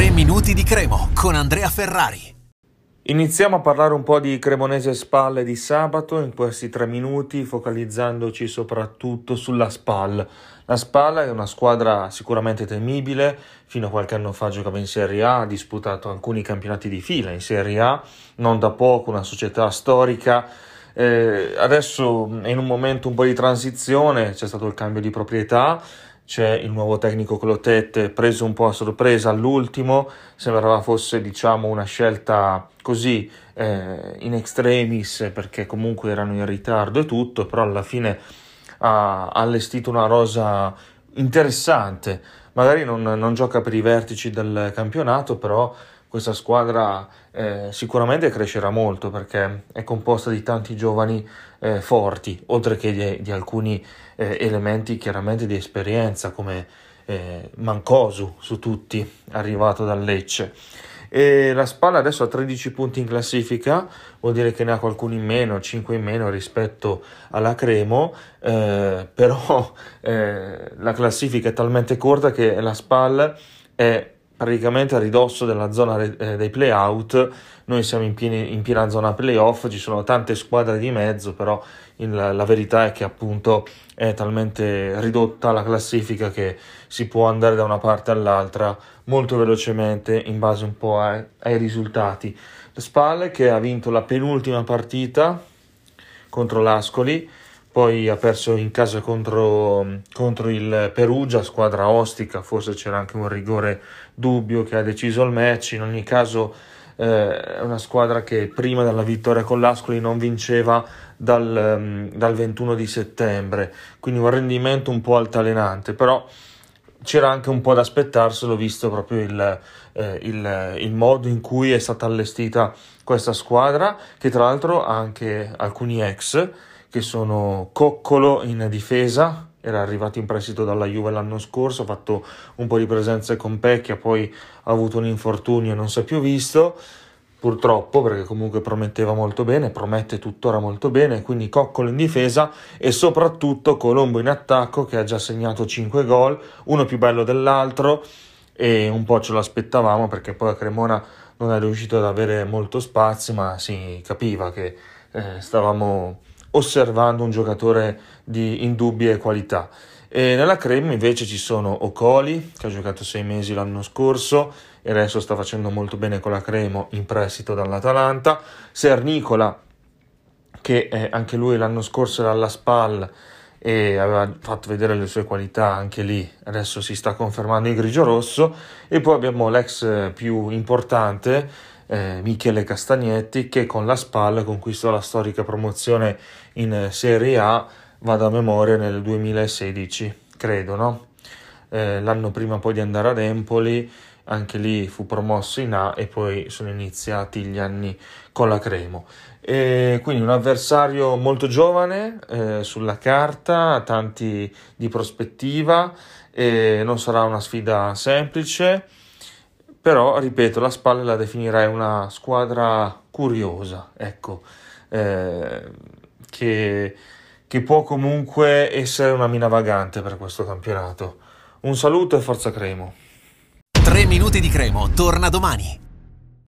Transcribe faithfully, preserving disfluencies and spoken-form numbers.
tre minuti di Cremo con Andrea Ferrari. Iniziamo a parlare un po' di Cremonese Spal di sabato in questi tre minuti, focalizzandoci soprattutto sulla Spal. La Spal è una squadra sicuramente temibile, fino a qualche anno fa giocava in Serie A, ha disputato alcuni campionati di fila in Serie A, non da poco, una società storica. Eh, adesso è in un momento un po' di transizione, c'è stato il cambio di proprietà, c'è il nuovo tecnico Clotet preso un po' a sorpresa all'ultimo, sembrava fosse diciamo una scelta così eh, in extremis perché comunque erano in ritardo e tutto, però alla fine ha allestito una rosa interessante, magari non, non gioca per i vertici del campionato, però questa squadra eh, sicuramente crescerà molto perché è composta di tanti giovani eh, forti, oltre che di, di alcuni eh, elementi chiaramente di esperienza come eh, Mancosu su tutti, arrivato dal Lecce. E la Spal adesso ha tredici punti in classifica, vuol dire che ne ha qualcuno in meno, cinque in meno rispetto alla Cremo, eh, però eh, la classifica è talmente corta che la Spal è praticamente a ridosso della zona eh, dei play-out. Noi siamo in, pieni, in piena zona play-off, ci sono tante squadre di mezzo, però il, la verità è che appunto è talmente ridotta la classifica che si può andare da una parte all'altra molto velocemente in base un po' ai, ai risultati. La Spal che ha vinto la penultima partita contro l'Ascoli, poi ha perso in casa contro, contro il Perugia, squadra ostica, forse c'era anche un rigore dubbio che ha deciso il match. In ogni caso eh, è una squadra che prima della vittoria con l'Ascoli non vinceva dal, um, dal ventuno di settembre, quindi un rendimento un po' altalenante, però c'era anche un po' da aspettarselo visto proprio il, eh, il, il modo in cui è stata allestita questa squadra, che tra l'altro ha anche alcuni ex, che sono Coccolo in difesa, era arrivato in prestito dalla Juve l'anno scorso, ha fatto un po' di presenze con Pecchia, poi ha avuto un infortunio e non si è più visto, purtroppo, perché comunque prometteva molto bene, promette tuttora molto bene, quindi Coccolo in difesa e soprattutto Colombo in attacco che ha già segnato cinque gol, uno più bello dell'altro, e un po' ce lo aspettavamo perché poi a Cremona non è riuscito ad avere molto spazio, ma si capiva che eh, stavamo osservando un giocatore di indubbie qualità. E nella Crema invece ci sono Ocoli, che ha giocato sei mesi l'anno scorso e adesso sta facendo molto bene con la Cremo in prestito dall'Atalanta, Sernicola, che eh, anche lui l'anno scorso era alla Spal e aveva fatto vedere le sue qualità anche lì, adesso si sta confermando in grigio-rosso, e poi abbiamo l'ex più importante, Eh, Michele Castagnetti, che con la Spal conquistò la storica promozione in Serie A, vado a memoria, nel duemilasedici, credo, no? Eh, l'anno prima poi di andare ad Empoli, anche lì fu promosso in A e poi sono iniziati gli anni con la Cremo. E quindi un avversario molto giovane eh, sulla carta, tanti di prospettiva, e non sarà una sfida semplice. Però, ripeto, la Spal la definirei una squadra curiosa, ecco, eh, che, che può comunque essere una mina vagante per questo campionato. Un saluto e forza Cremo. tre minuti di Cremo torna domani.